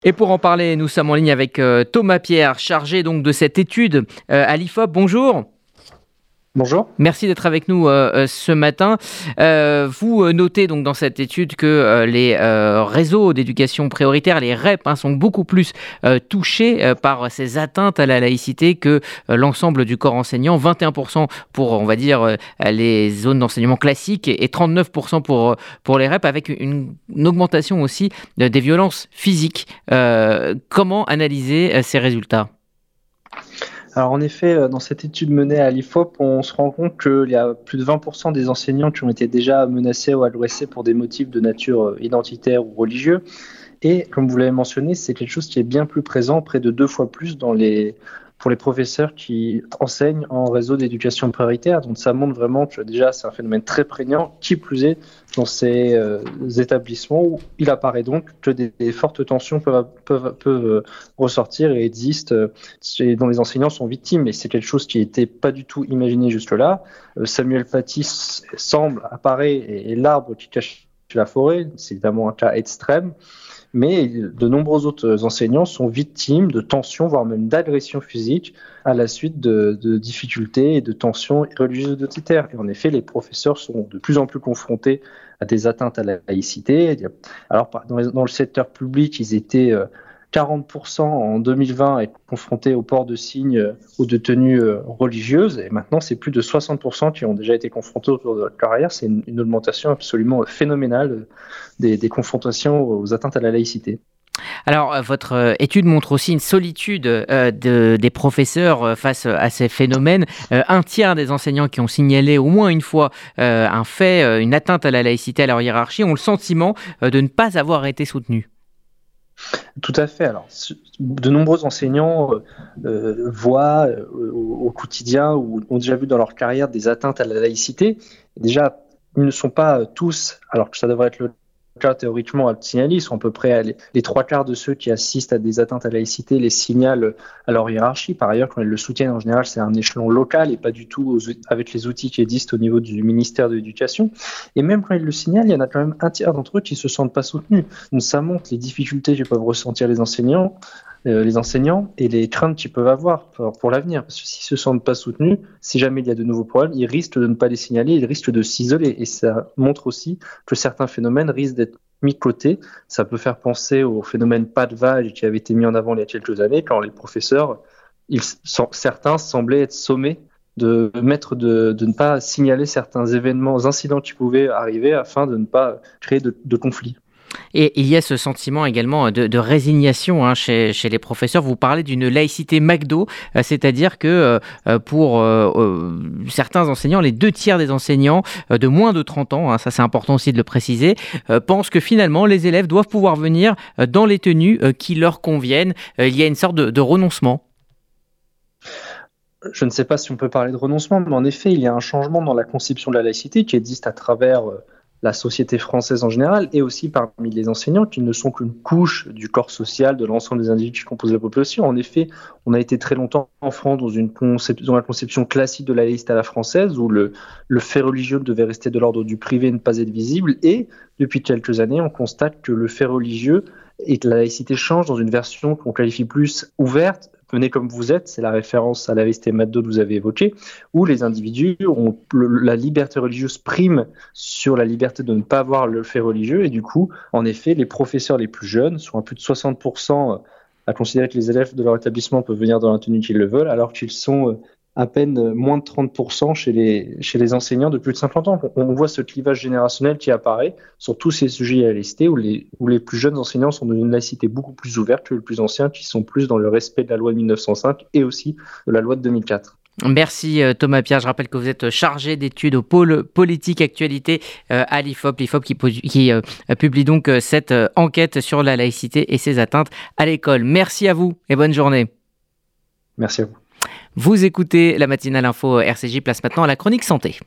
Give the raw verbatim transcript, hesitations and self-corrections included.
Et pour en parler, nous sommes en ligne avec euh, Thomas Pierre, chargé donc de cette étude euh, à l'I F O P. Bonjour. Bonjour. Merci d'être avec nous euh, euh, ce matin. Euh, vous euh, notez donc dans cette étude que euh, les euh, réseaux d'éducation prioritaire, les R E P, hein, sont beaucoup plus euh, touchés euh, par ces atteintes à la laïcité que euh, l'ensemble du corps enseignant. vingt et un pour cent pour, on va dire, euh, les zones d'enseignement classiques et trente-neuf pour cent pour, pour les R E P, avec une, une augmentation aussi euh, des violences physiques. Euh, comment analyser euh, ces résultats ? Alors en effet, dans cette étude menée à l'I F O P, on se rend compte qu'il y a plus de vingt pour cent des enseignants qui ont été déjà menacés ou agressés pour des motifs de nature identitaire ou religieux. Et comme vous l'avez mentionné, c'est quelque chose qui est bien plus présent, près de deux fois plus dans les, pour les professeurs qui enseignent en réseau d'éducation prioritaire. Donc ça montre vraiment que déjà c'est un phénomène très prégnant, qui plus est dans ces euh, établissements où il apparaît donc que des, des fortes tensions peuvent, peuvent, peuvent ressortir et existent, euh, dont les enseignants sont victimes. Et c'est quelque chose qui n'était pas du tout imaginé jusque-là. Euh, Samuel Paty semble, apparaît, et, et l'arbre qui cache la forêt, c'est évidemment un cas extrême. Mais de nombreux autres enseignants sont victimes de tensions, voire même d'agressions physiques à la suite de, de difficultés et de tensions religieuses identitaires. Et en effet, les professeurs sont de plus en plus confrontés à des atteintes à la laïcité. Alors, dans, les, dans le secteur public, ils étaient quarante pour cent en deux mille vingt à être confrontés au port de signes ou de tenues religieuses. Et maintenant, c'est plus de soixante pour cent qui ont déjà été confrontés au cours de leur carrière. C'est une, une augmentation absolument phénoménale des, des confrontations aux atteintes à la laïcité. Alors, votre étude montre aussi une solitude euh, de, des professeurs face à ces phénomènes. Euh, un tiers des enseignants qui ont signalé au moins une fois euh, un fait, euh, une atteinte à la laïcité, à leur hiérarchie, ont le sentiment euh, de ne pas avoir été soutenus. Tout à fait. Alors, de nombreux enseignants euh, voient euh, au, au quotidien ou ont déjà vu dans leur carrière des atteintes à la laïcité. Déjà, ils ne sont pas tous, alors que ça devrait être le cas théoriquement à le signaler, ils sont à peu près les, les trois quarts de ceux qui assistent à des atteintes à la laïcité les signalent à leur hiérarchie. Par ailleurs, quand ils le soutiennent, en général, c'est un échelon local et pas du tout aux, avec les outils qui existent au niveau du ministère de l'Éducation. Et même quand ils le signalent, il y en a quand même un tiers d'entre eux qui se sentent pas soutenus. Donc ça montre les difficultés que peuvent ressentir les enseignants. Euh, les enseignants et les craintes qu'ils peuvent avoir pour, pour l'avenir. Parce que s'ils se sentent pas soutenus, si jamais il y a de nouveaux problèmes, ils risquent de ne pas les signaler, ils risquent de s'isoler. Et ça montre aussi que certains phénomènes risquent d'être mis de côté. Ça peut faire penser au phénomène pas de vague qui avait été mis en avant il y a quelques années, quand les professeurs, ils, certains semblaient être sommés de mettre de, de ne pas signaler certains événements, incidents qui pouvaient arriver afin de ne pas créer de, de conflits. Et il y a ce sentiment également de, de résignation hein, chez, chez les professeurs. Vous parlez d'une laïcité McDo, euh, c'est-à-dire que euh, pour euh, euh, certains enseignants, les deux tiers des enseignants euh, de moins de trente ans, hein, ça c'est important aussi de le préciser, euh, pensent que finalement les élèves doivent pouvoir venir euh, dans les tenues euh, qui leur conviennent. Euh, il y a une sorte de, de renoncement. Je ne sais pas si on peut parler de renoncement, mais en effet, il y a un changement dans la conception de la laïcité qui existe à travers la société française en général et aussi parmi les enseignants qui ne sont qu'une couche du corps social de l'ensemble des individus qui composent la population. En effet, on a été très longtemps en France dans, une concep- dans la conception classique de la laïcité à la française où le, le fait religieux devait rester de l'ordre du privé et ne pas être visible. Et depuis quelques années, on constate que le fait religieux et que la laïcité change dans une version qu'on qualifie plus ouverte. Venez comme vous êtes, c'est la référence à la laïcité McDo que vous avez évoquée, où les individus ont le, la liberté religieuse prime sur la liberté de ne pas avoir le fait religieux, et du coup, en effet, les professeurs les plus jeunes sont à plus de soixante pour cent à considérer que les élèves de leur établissement peuvent venir dans la tenue qu'ils le veulent, alors qu'ils sont à peine moins de trente pour cent chez les, chez les enseignants de plus de cinquante ans. On voit ce clivage générationnel qui apparaît sur tous ces sujets à la laïcité où les, où les plus jeunes enseignants sont dans une laïcité beaucoup plus ouverte que les plus anciens qui sont plus dans le respect de la loi de mille neuf cent cinq et aussi de la loi de deux mille quatre. Merci Thomas Pierre. Je rappelle que vous êtes chargé d'études au pôle politique actualité à l'I F O P. L'I F O P qui, qui euh, publie donc cette euh, enquête sur la laïcité et ses atteintes à l'école. Merci à vous et bonne journée. Merci à vous. Vous écoutez la matinale info R C J, place maintenant à la chronique santé.